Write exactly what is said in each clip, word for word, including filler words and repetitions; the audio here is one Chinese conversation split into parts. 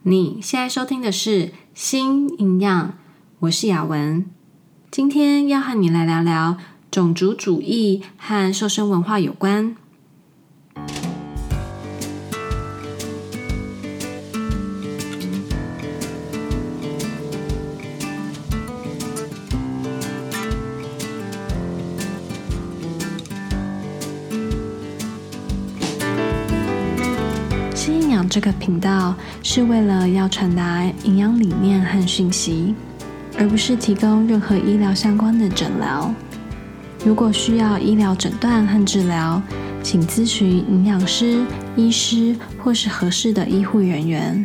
你现在收听的是新营养，我是雅文。今天要和你来聊聊种族主义和瘦身文化有关。新营养这个频道是为了要传达营养理念和讯息，而不是提供任何医疗相关的诊疗。如果需要医疗诊断和治疗，请咨询营养师、医师或是合适的医护人员。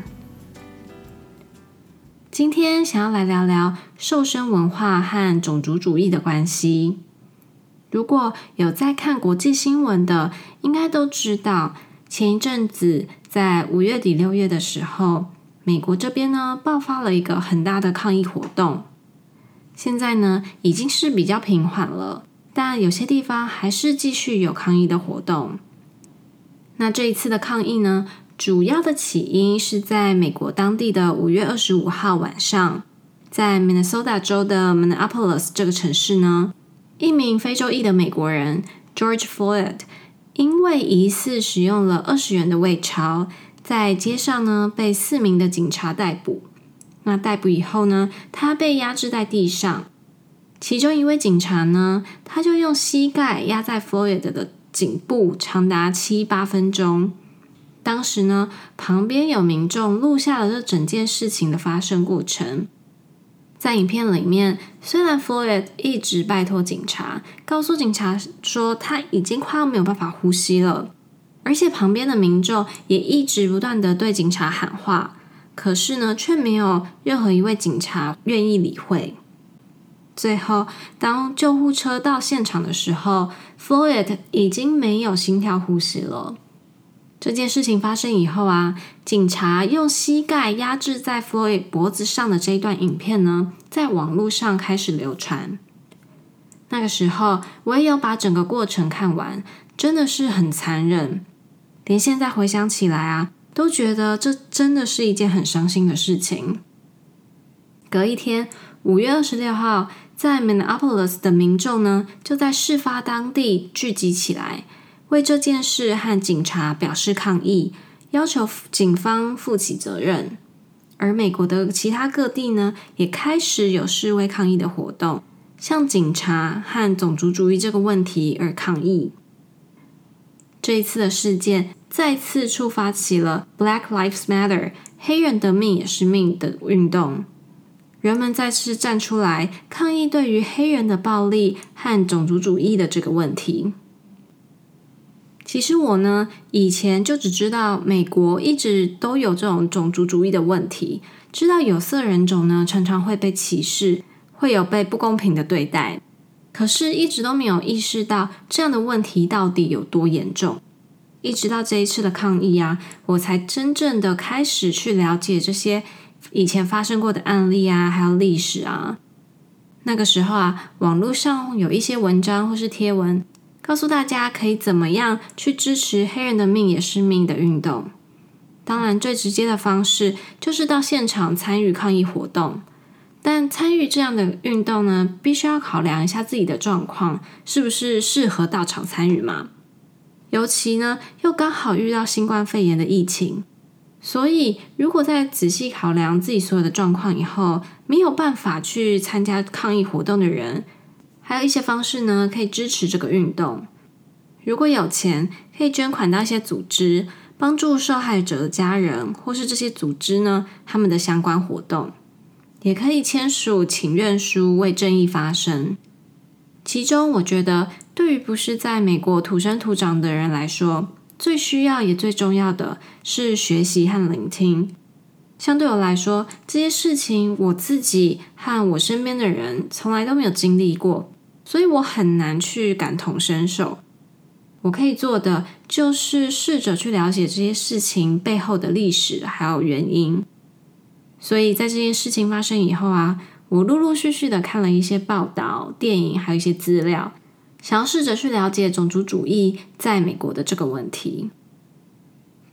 今天想要来聊聊瘦身文化和种族主义的关系。如果有在看国际新闻的，应该都知道，前一阵子在五月底六月的时候，美国这边呢爆发了一个很大的抗议活动。现在呢已经是比较平缓了，但有些地方还是继续有抗议的活动。那这一次的抗议呢，主要的起因是在美国当地的五月二十五号晚上，在 Minnesota 州的 Minneapolis 这个城市呢，一名非洲裔的美国人 George Floyd因为疑似使用了二十元的伪钞，在街上呢被四名的警察逮捕。那逮捕以后呢，他被压制在地上。其中一位警察呢，他就用膝盖压在 Floyd 的颈部，长达七八分钟。当时呢，旁边有民众录下了这整件事情的发生过程。在影片里面，虽然 Floyd 一直拜托警察，告诉警察说他已经快要没有办法呼吸了，而且旁边的民众也一直不断的对警察喊话，可是呢，却没有任何一位警察愿意理会。最后，当救护车到现场的时候， Floyd 已经没有心跳呼吸了。这件事情发生以后啊，警察用膝盖压制在 Floyd 脖子上的这一段影片呢，在网络上开始流传。那个时候，我也有把整个过程看完，真的是很残忍。连现在回想起来啊，都觉得这真的是一件很伤心的事情。隔一天，五月二十六号，在 Minneapolis 的民众呢，就在事发当地聚集起来，为这件事和警察表示抗议，要求警方负起责任。而美国的其他各地呢，也开始有示威抗议的活动，向警察和种族主义这个问题而抗议。这一次的事件再次触发起了 Black Lives Matter 黑人的命也是命的运动，人们再次站出来抗议对于黑人的暴力和种族主义的这个问题。其实我呢，以前就只知道美国一直都有这种种族主义的问题，知道有色人种呢常常会被歧视，会有被不公平的对待，可是一直都没有意识到这样的问题到底有多严重。一直到这一次的抗议啊，我才真正的开始去了解这些以前发生过的案例啊，还有历史啊。那个时候啊，网络上有一些文章或是贴文，告诉大家可以怎么样去支持黑人的命也是命的运动。当然最直接的方式就是到现场参与抗议活动，但参与这样的运动呢，必须要考量一下自己的状况，是不是适合到场参与嘛？尤其呢，又刚好遇到新冠肺炎的疫情，所以如果在仔细考量自己所有的状况以后，没有办法去参加抗议活动的人，还有一些方式呢，可以支持这个运动。如果有钱，可以捐款到一些组织，帮助受害者的家人，或是这些组织呢，他们的相关活动。也可以签署请愿书，为正义发声。其中，我觉得对于不是在美国土生土长的人来说，最需要也最重要的是学习和聆听。相对我来说，这些事情我自己和我身边的人从来都没有经历过，所以我很难去感同身受。我可以做的就是试着去了解这些事情背后的历史还有原因。所以在这件事情发生以后啊，我陆陆续续的看了一些报道、电影还有一些资料，想要试着去了解种族主义在美国的这个问题。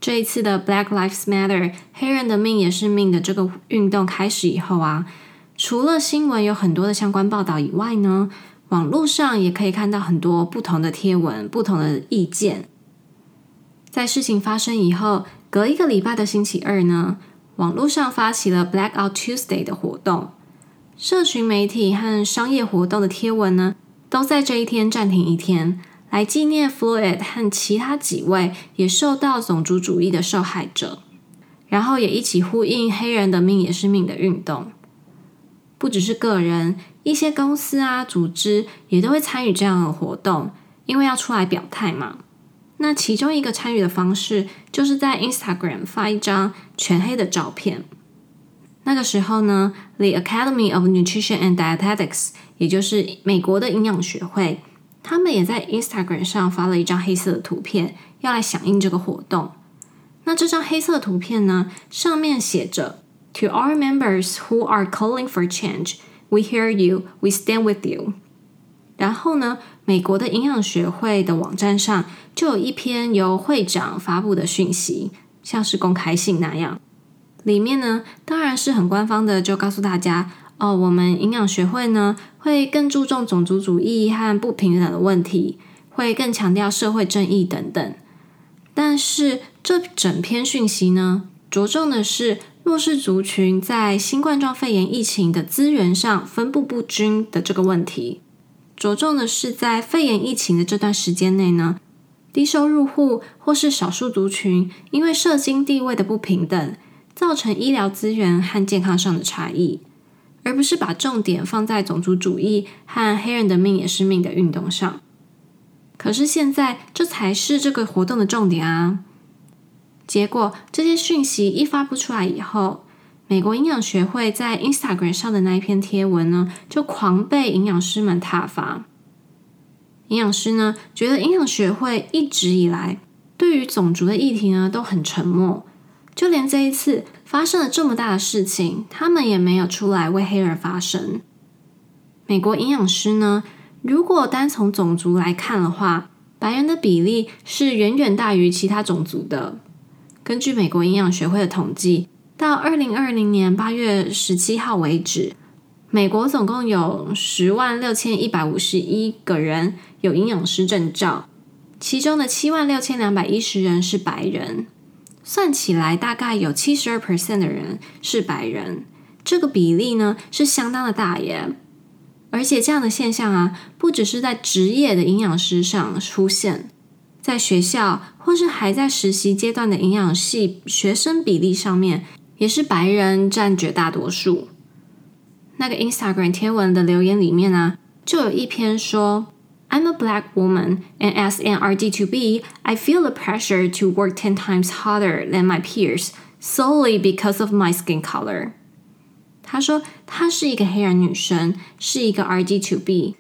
这一次的 Black Lives Matter 黑人的命也是命的这个运动开始以后啊，除了新闻有很多的相关报道以外呢，网络上也可以看到很多不同的贴文，不同的意见。在事情发生以后，隔一个礼拜的星期二呢，网络上发起了 Blackout Tuesday 的活动，社群媒体和商业活动的贴文呢，都在这一天暂停一天，来纪念 Floyd 和其他几位也受到种族主义的受害者，然后也一起呼应黑人的命也是命的运动。不只是个人，一些公司啊、组织也都会参与这样的活动，因为要出来表态嘛。那其中一个参与的方式，就是在 Instagram 发一张全黑的照片。那个时候呢 The Academy of Nutrition and Dietetics 也就是美国的营养学会，他们也在 Instagram 上发了一张黑色的图片，要来响应这个活动。那这张黑色的图片呢，上面写着 To our members who are calling for change, we hear you, we stand with you。 然后呢，美国的营养学会的网站上就有一篇由会长发布的讯息，像是公开信那样。里面呢，当然是很官方的，就告诉大家哦，我们营养学会呢，会更注重种族主义和不平等的问题，会更强调社会正义等等。但是这整篇讯息呢，着重的是弱势族群在新冠状肺炎疫情的资源上分布不均的这个问题。着重的是在肺炎疫情的这段时间内呢，低收入户或是少数族群因为社经地位的不平等，造成医疗资源和健康上的差异，而不是把重点放在种族主义和黑人的命也是命的运动上。可是现在这才是这个活动的重点啊！结果这些讯息一发布出来以后，美国营养学会在 Instagram 上的那一篇贴文呢，就狂被营养师们挞伐。营养师呢，觉得营养学会一直以来对于种族的议题呢都很沉默，就连这一次发生了这么大的事情，他们也没有出来为黑人发声。美国营养师呢，如果单从种族来看的话，白人的比例是远远大于其他种族的。根据美国营养学会的统计，到二零二零年八月十七号为止，美国总共有十万六千一百五十一个人有营养师证照，其中的七万六千两百一十人是白人，算起来大概有 百分之七十二 的人是白人，这个比例呢是相当的大耶。而且这样的现象啊，不只是在职业的营养师上出现，在学校或是还在实习阶段的营养系学生比例上面，也是白人占绝大多数。那个 Instagram 贴文的留言里面啊，就有一篇说 I'm a black woman, and as an R D two B, I feel the pressure to work ten times harder than my peers, solely because of my skin color. 他说他是一个黑人女生，是一个 R D two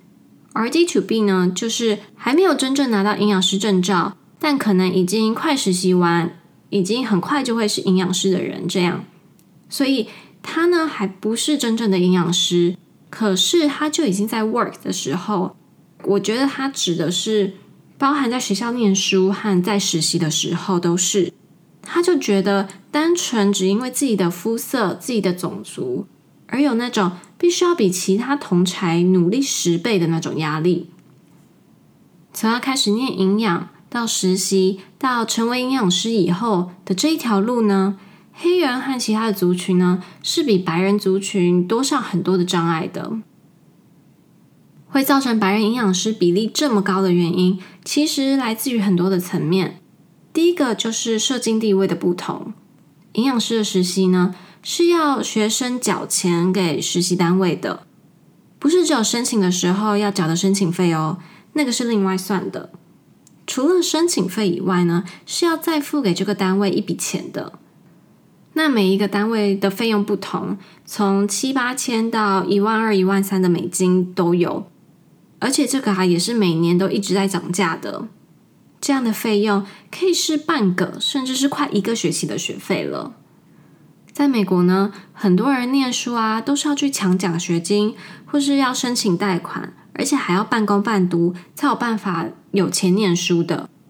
B。R D two B 呢，就是还没有真正拿到营养师证照，但可能已经快实习完，已经很快就会是营养师的人这样。所以他呢还不是真正的营养师，可是他就已经在 work 的时候，我觉得他指的是包含在学校念书和在实习的时候都是。他就觉得单纯只因为自己的肤色、自己的种族，而有那种必须要比其他同侪努力十倍的那种压力。从要开始念营养到实习到成为营养师以后的这一条路呢，黑人和其他的族群呢是比白人族群多上很多的障碍的。会造成白人营养师比例这么高的原因，其实来自于很多的层面。第一个就是社经地位的不同，营养师的实习呢是要学生缴钱给实习单位的，不是只有申请的时候要缴的申请费哦，那个是另外算的。除了申请费以外呢，是要再付给这个单位一笔钱的。那每一个单位的费用不同，从七八千到一万二、一万三的美金都有，而且这个啊也是每年都一直在涨价的。这样的费用可以是半个甚至是快一个学期的学费了。在美国呢，很多人念书啊都是要去抢奖学金，或是要申请贷款，而且还要半工半读才有办法有钱念书的。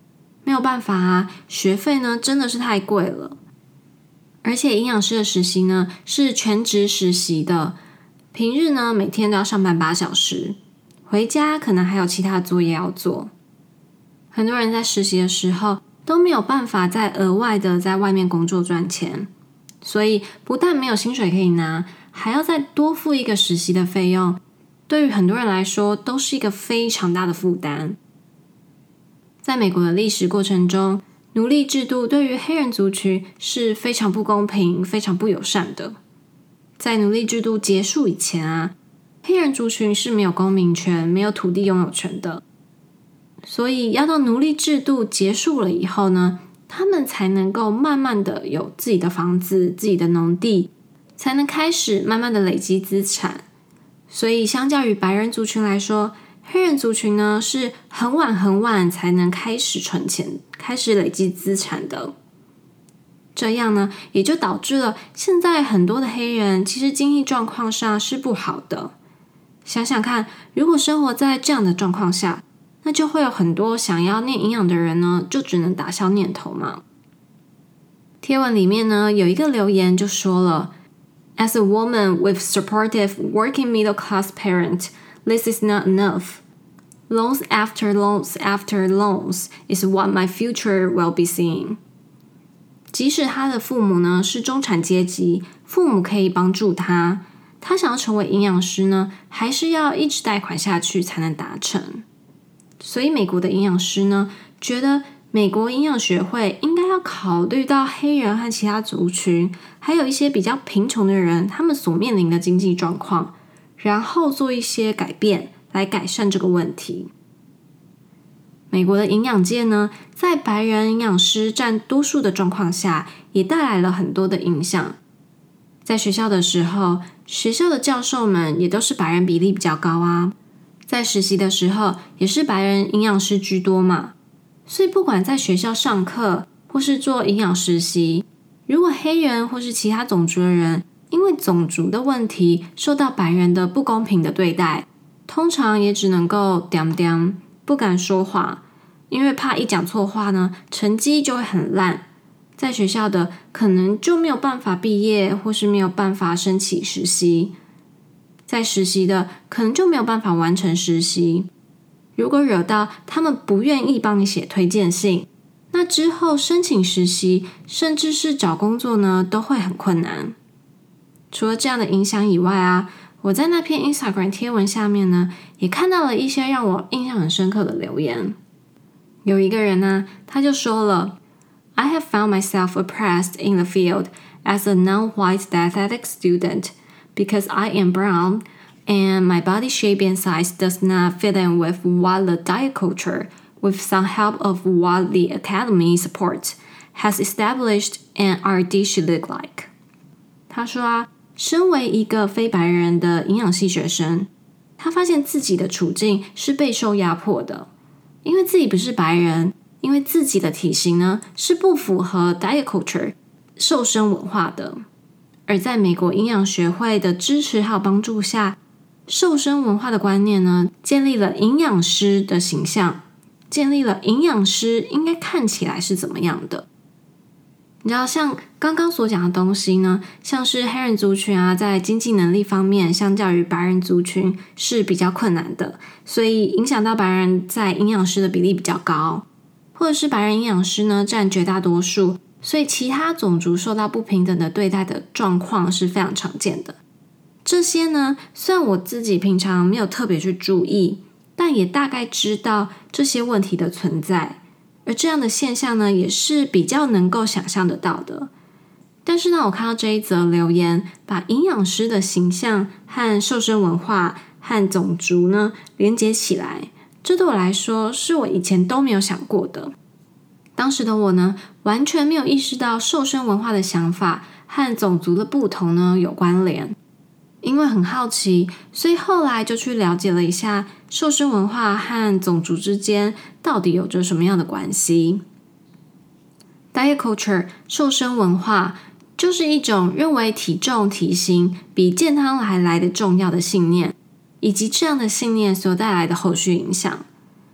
没有办法啊，学费呢真的是太贵了。而且营养师的实习呢是全职实习的，平日呢每天都要上班八小时，回家可能还有其他作业要做。很多人在实习的时候都没有办法再额外的在外面工作赚钱，所以不但没有薪水可以拿，还要再多付一个实习的费用，对于很多人来说都是一个非常大的负担。在美国的历史过程中，奴隶制度对于黑人族群是非常不公平、非常不友善的。在奴隶制度结束以前啊，黑人族群是没有公民权、没有土地拥有权的。所以要到奴隶制度结束了以后呢，他们才能够慢慢的有自己的房子、自己的农地，才能开始慢慢的累积资产。所以相较于白人族群来说，黑人族群呢是很晚很晚才能开始存钱，开始累积资产的。这样呢，也就导致了现在很多的黑人其实经济状况上是不好的。想想看，如果生活在这样的状况下，那就会有很多想要念营养的人呢，就只能打消念头嘛。贴文里面呢，有一个留言就说了 As a woman with supportive working middle class parent, this is not enough. Loans after loans after loans is what my future will be seeing. 即使他的父母呢是中产阶级，父母可以帮助他，他想要成为营养师呢，还是要一直贷款下去才能达成。所以美国的营养师呢，觉得美国营养学会应该要考虑到黑人和其他族群，还有一些比较贫穷的人，他们所面临的经济状况，然后做一些改变来改善这个问题。美国的营养界呢，在白人营养师占多数的状况下，也带来了很多的影响。在学校的时候，学校的教授们也都是白人比例比较高啊。在实习的时候，也是白人营养师居多嘛。所以不管在学校上课，或是做营养实习，如果黑人或是其他种族的人，因为种族的问题受到白人的不公平的对待，通常也只能够点点，不敢说话，因为怕一讲错话呢，成绩就会很烂，在学校的可能就没有办法毕业，或是没有办法申请实习，在实习的可能就没有办法完成实习。如果惹到他们不愿意帮你写推荐信，那之后申请实习，甚至是找工作呢，都会很困难。除了这样的影响以外啊，我在那篇 Instagram 贴文下面呢，也看到了一些让我印象很深刻的留言。有一个人呢，他就说了 I have found myself oppressed in the field as a non-white dietetic student because I am brown and my body shape and size does not fit in with what the diet culture, with some help of what the academy support, has established an ideal should look like. 他说啊，身为一个非白人的营养系学生，他发现自己的处境是备受压迫的，因为自己不是白人，因为自己的体型呢是不符合 diet culture 瘦身文化的。而在美国营养学会的支持还有帮助下，瘦身文化的观念呢，建立了营养师的形象，建立了营养师应该看起来是怎么样的。你知道像刚刚所讲的东西呢，像是黑人族群啊，在经济能力方面相较于白人族群是比较困难的，所以影响到白人在营养师的比例比较高，或者是白人营养师呢占绝大多数，所以其他种族受到不平等的对待的状况是非常常见的。这些呢，虽然我自己平常没有特别去注意，但也大概知道这些问题的存在，而这样的现象呢，也是比较能够想象得到的。但是呢，我看到这一则留言，把营养师的形象和瘦身文化和种族呢连接起来，这对我来说是我以前都没有想过的。当时的我呢，完全没有意识到瘦身文化的想法和种族的不同呢有关联。因为很好奇，所以后来就去了解了一下瘦身文化和种族之间到底有着什么样的关系。Diet culture 瘦身文化就是一种认为体重体型比健康还来得重要的信念，以及这样的信念所带来的后续影响。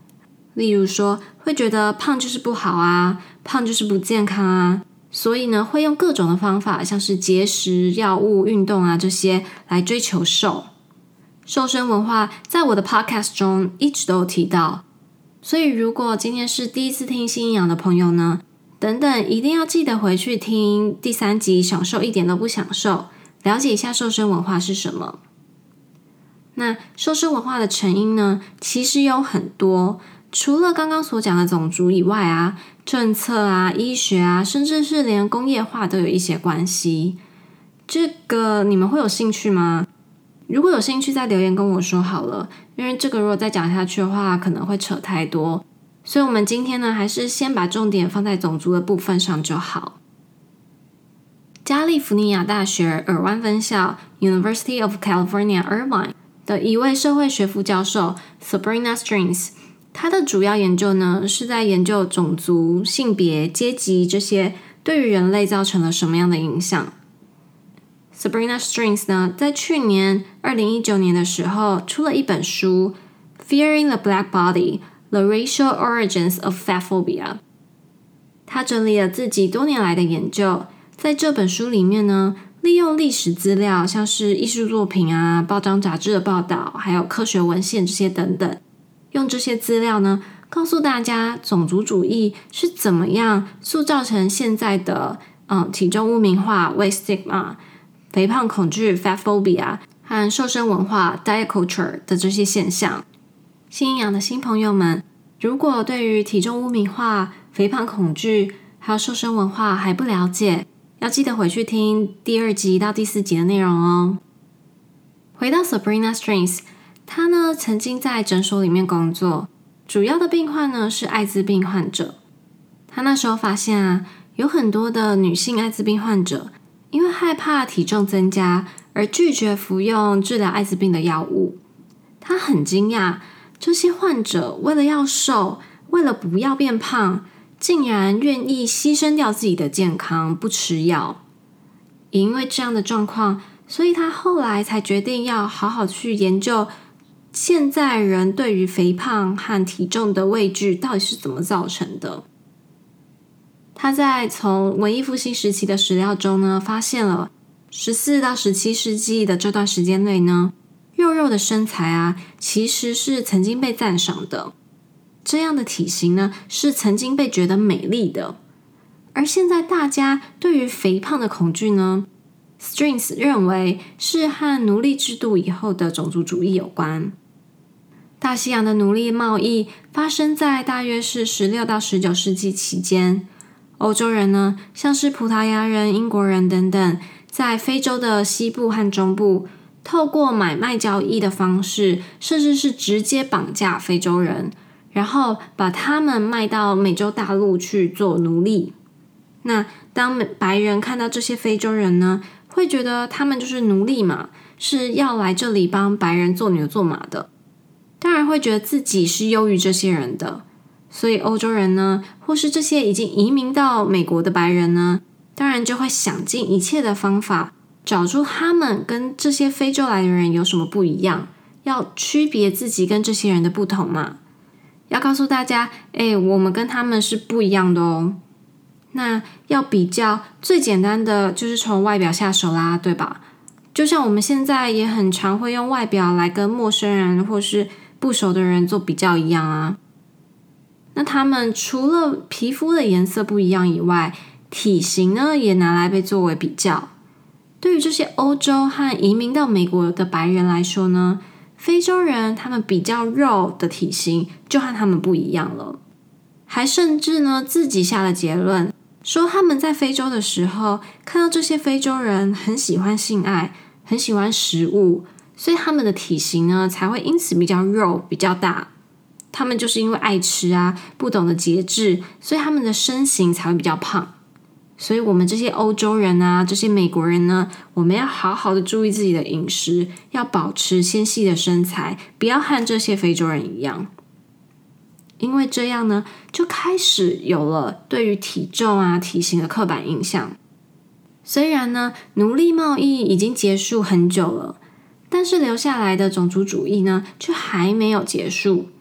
例如说会觉得胖就是不好啊，胖就是不健康啊，所以呢会用各种的方法，像是节食、药物、运动啊这些来追求瘦。瘦身文化在我的 podcast 中一直都有提到，所以如果今天是第一次听新营养的朋友呢，等等一定要记得回去听第三集享受一点都不享受，了解一下瘦身文化是什么。那瘦身文化的成因呢，其实有很多，除了刚刚所讲的种族以外啊，政策啊、医学啊，甚至是连工业化都有一些关系。这个你们会有兴趣吗？如果有兴趣再留言跟我说好了，因为这个如果再讲下去的话可能会扯太多，所以我们今天呢还是先把重点放在种族的部分上就好。加利福尼亚大学尔湾分校 University of California Irvine 的一位社会学副教授 Sabrina Strings， 他的主要研究呢是在研究种族、性别、阶级这些对于人类造成了什么样的影响。Sabrina Strings 呢，在去年二零一九年的时候出了一本书 Fearing the Black Body: The Racial Origins of Fat Phobia。 他整理了自己多年来的研究，在这本书里面呢，利用历史资料，像是艺术作品啊、报章杂志的报道，还有科学文献这些等等，用这些资料呢，告诉大家种族主义是怎么样塑造成现在的嗯体重污名化 weight stigma、肥胖恐惧 fat phobia 和瘦身文化 diet culture 的这些现象。新营养的新朋友们，如果对于体重污名化、肥胖恐惧还有瘦身文化还不了解，要记得回去听第二集到第四集的内容哦。回到 Sabrina Strings， 她呢曾经在诊所里面工作，主要的病患呢是艾滋病患者。她那时候发现啊，有很多的女性艾滋病患者因为害怕体重增加而拒绝服用治疗艾滋病的药物。他很惊讶，这些患者为了要瘦，为了不要变胖，竟然愿意牺牲掉自己的健康，不吃药。也因为这样的状况，所以他后来才决定要好好去研究现在人对于肥胖和体重的畏惧到底是怎么造成的。他在从文艺复兴时期的史料中呢，发现了十四到十七世纪的这段时间内呢，肉肉的身材啊，其实是曾经被赞赏的，这样的体型呢，是曾经被觉得美丽的。而现在大家对于肥胖的恐惧呢， Strings 认为是和奴隶制度以后的种族主义有关。大西洋的奴隶贸易发生在大约是十六到十九世纪期间，欧洲人呢，像是葡萄牙人、英国人等等，在非洲的西部和中部，透过买卖交易的方式，甚至是直接绑架非洲人，然后把他们卖到美洲大陆去做奴隶。那当白人看到这些非洲人呢，会觉得他们就是奴隶嘛，是要来这里帮白人做牛做马的，当然会觉得自己是优于这些人的。所以欧洲人呢，或是这些已经移民到美国的白人呢，当然就会想尽一切的方法，找出他们跟这些非洲来的人有什么不一样，要区别自己跟这些人的不同嘛，要告诉大家，哎，我们跟他们是不一样的哦。那要比较最简单的就是从外表下手啦，对吧？就像我们现在也很常会用外表来跟陌生人或是不熟的人做比较一样啊。那他们除了皮肤的颜色不一样以外，体型呢也拿来被作为比较。对于这些欧洲和移民到美国的白人来说呢，非洲人他们比较肉的体型就和他们不一样了，还甚至呢自己下了结论，说他们在非洲的时候看到这些非洲人很喜欢性爱，很喜欢食物，所以他们的体型呢才会因此比较肉比较大。他们就是因为爱吃啊，不懂得节制，所以他们的身形才会比较胖。所以我们这些欧洲人啊，这些美国人呢，我们要好好的注意自己的饮食，要保持纤细的身材，不要和这些非洲人一样。因为这样呢，就开始有了对于体重啊、体型的刻板印象。虽然呢，奴隶贸易已经结束很久了，但是留下来的种族主义呢，却还没有结束。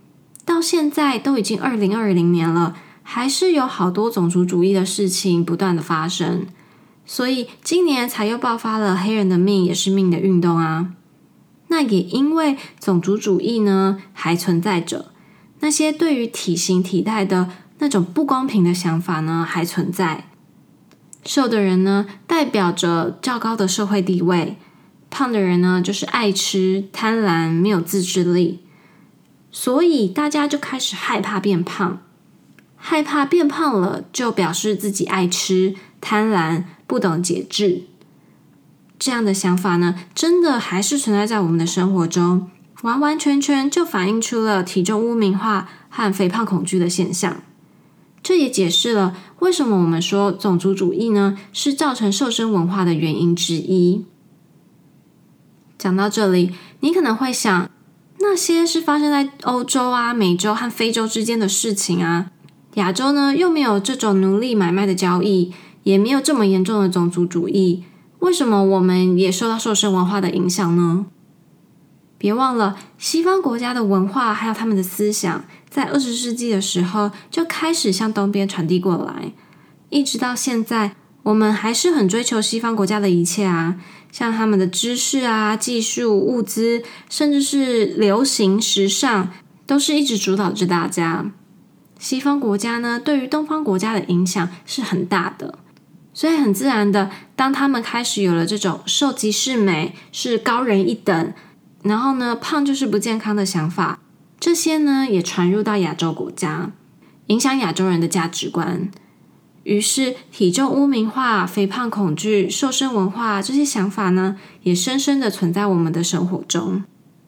到现在都已经二零二零年了，还是有好多种族主义的事情不断的发生，所以今年才又爆发了黑人的命也是命的运动啊。那也因为种族主义呢还存在着，那些对于体型体态的那种不公平的想法呢还存在。瘦的人呢代表着较高的社会地位，胖的人呢就是爱吃、贪婪、没有自制力，所以大家就开始害怕变胖。害怕变胖了，就表示自己爱吃、贪婪、不懂节制。这样的想法呢，真的还是存在在我们的生活中，完完全全就反映出了体重污名化和肥胖恐惧的现象。这也解释了为什么我们说种族主义呢是造成瘦身文化的原因之一。讲到这里，你可能会想，那些是发生在欧洲啊、美洲和非洲之间的事情啊，亚洲呢又没有这种奴隶买卖的交易，也没有这么严重的种族主义，为什么我们也受到瘦身文化的影响呢？别忘了，西方国家的文化还有他们的思想，在二十世纪的时候就开始向东边传递过来，一直到现在，我们还是很追求西方国家的一切啊，像他们的知识啊、技术、物资，甚至是流行、时尚，都是一直主导着大家。西方国家呢，对于东方国家的影响是很大的。所以很自然的，当他们开始有了这种瘦即是美，是高人一等，然后呢，胖就是不健康的想法，这些呢也传入到亚洲国家，影响亚洲人的价值观。于是体重污名化、肥胖恐惧、瘦身文化这些想法呢，也深深的存在我们的生活中。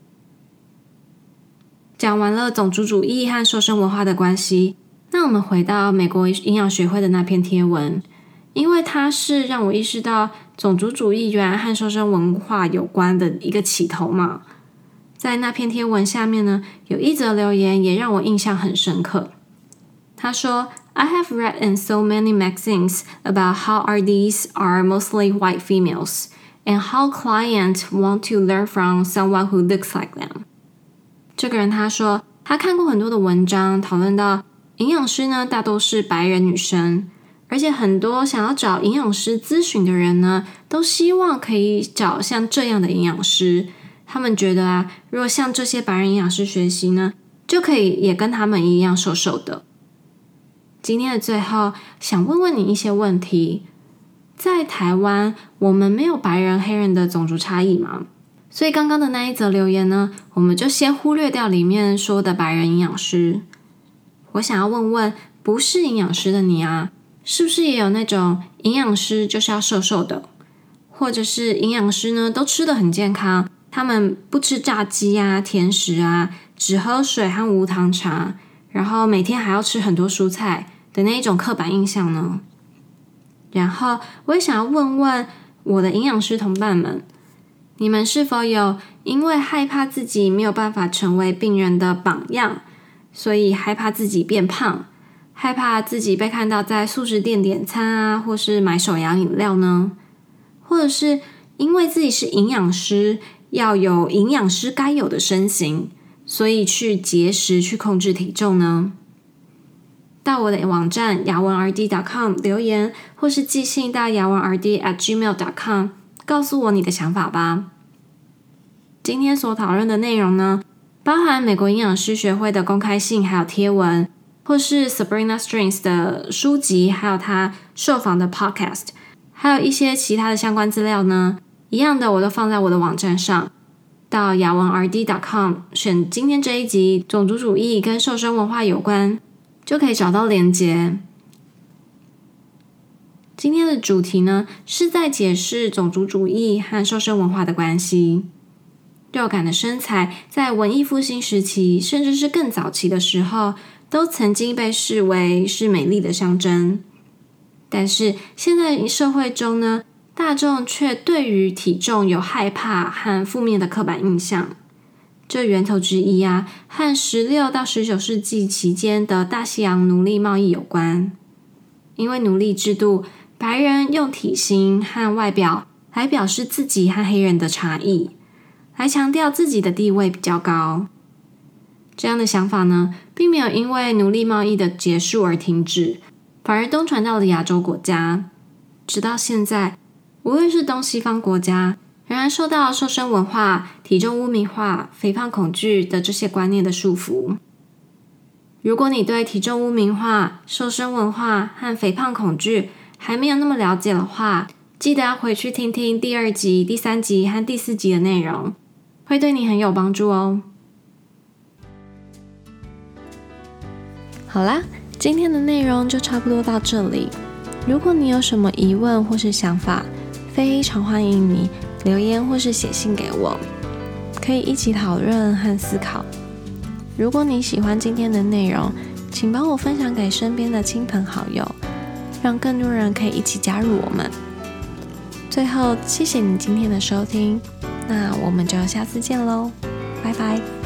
讲完了种族主义和瘦身文化的关系，那我们回到美国营养学会的那篇贴文，因为它是让我意识到种族主义原来和瘦身文化有关的一个起头嘛。在那篇贴文下面呢，有一则留言也让我印象很深刻。他说 I have read in so many magazines about how R Ds are mostly white females and how clients want to learn from someone who looks like them. 这个人他说他看过很多的文章讨论到营养师呢大多是白人女生，而且很多想要找营养师咨询的人呢都希望可以找像这样的营养师，他们觉得啊，如果向这些白人营养师学习呢，就可以也跟他们一样瘦瘦的。今天的最后想问问你一些问题，在台湾我们没有白人黑人的种族差异吗？所以刚刚的那一则留言呢，我们就先忽略掉里面说的白人营养师。我想要问问不是营养师的你啊，是不是也有那种营养师就是要瘦瘦的，或者是营养师呢都吃得很健康，他们不吃炸鸡啊、甜食啊，只喝水和无糖茶，然后每天还要吃很多蔬菜的那一种刻板印象呢？然后我也想要问问我的营养师同伴们，你们是否有因为害怕自己没有办法成为病人的榜样，所以害怕自己变胖，害怕自己被看到在素食店点餐啊，或是买手摇饮料呢？或者是因为自己是营养师，要有营养师该有的身形，所以去节食去控制体重呢？到我的网站雅文 R D dot com 留言，或是寄信到雅文 R D at gmail dot com 告诉我你的想法吧。今天所讨论的内容呢，包含美国营养师学会的公开信还有贴文，或是 Sabrina Strings 的书籍，还有她受访的 podcast， 还有一些其他的相关资料呢，一样的我都放在我的网站上，到雅文 R D dot com 选今天这一集种族主义跟瘦身文化有关，就可以找到连结。今天的主题呢，是在解释种族主义和瘦身文化的关系。肉感的身材在文艺复兴时期，甚至是更早期的时候，都曾经被视为是美丽的象征。但是现在社会中呢，大众却对于体重有害怕和负面的刻板印象。这源头之一啊，和十六到十九世纪期间的大西洋奴隶贸易有关。因为奴隶制度，白人用体型和外表来表示自己和黑人的差异，来强调自己的地位比较高。这样的想法呢，并并没有因为奴隶贸易的结束而停止，反而东传到了亚洲国家。直到现在，无论是东西方国家，仍然受到瘦身文化、体重污名化、肥胖恐惧的这些观念的束缚。如果你对体重污名化、瘦身文化和肥胖恐惧还没有那么了解的话，记得要回去听听第二集、第三集和第四集的内容，会对你很有帮助哦。好啦，今天的内容就差不多到这里。如果你有什么疑问或是想法，非常欢迎你留言或是写信给我，可以一起讨论和思考。如果你喜欢今天的内容，请帮我分享给身边的亲朋好友，让更多人可以一起加入我们。最后，谢谢你今天的收听，那我们就下次见喽，拜拜。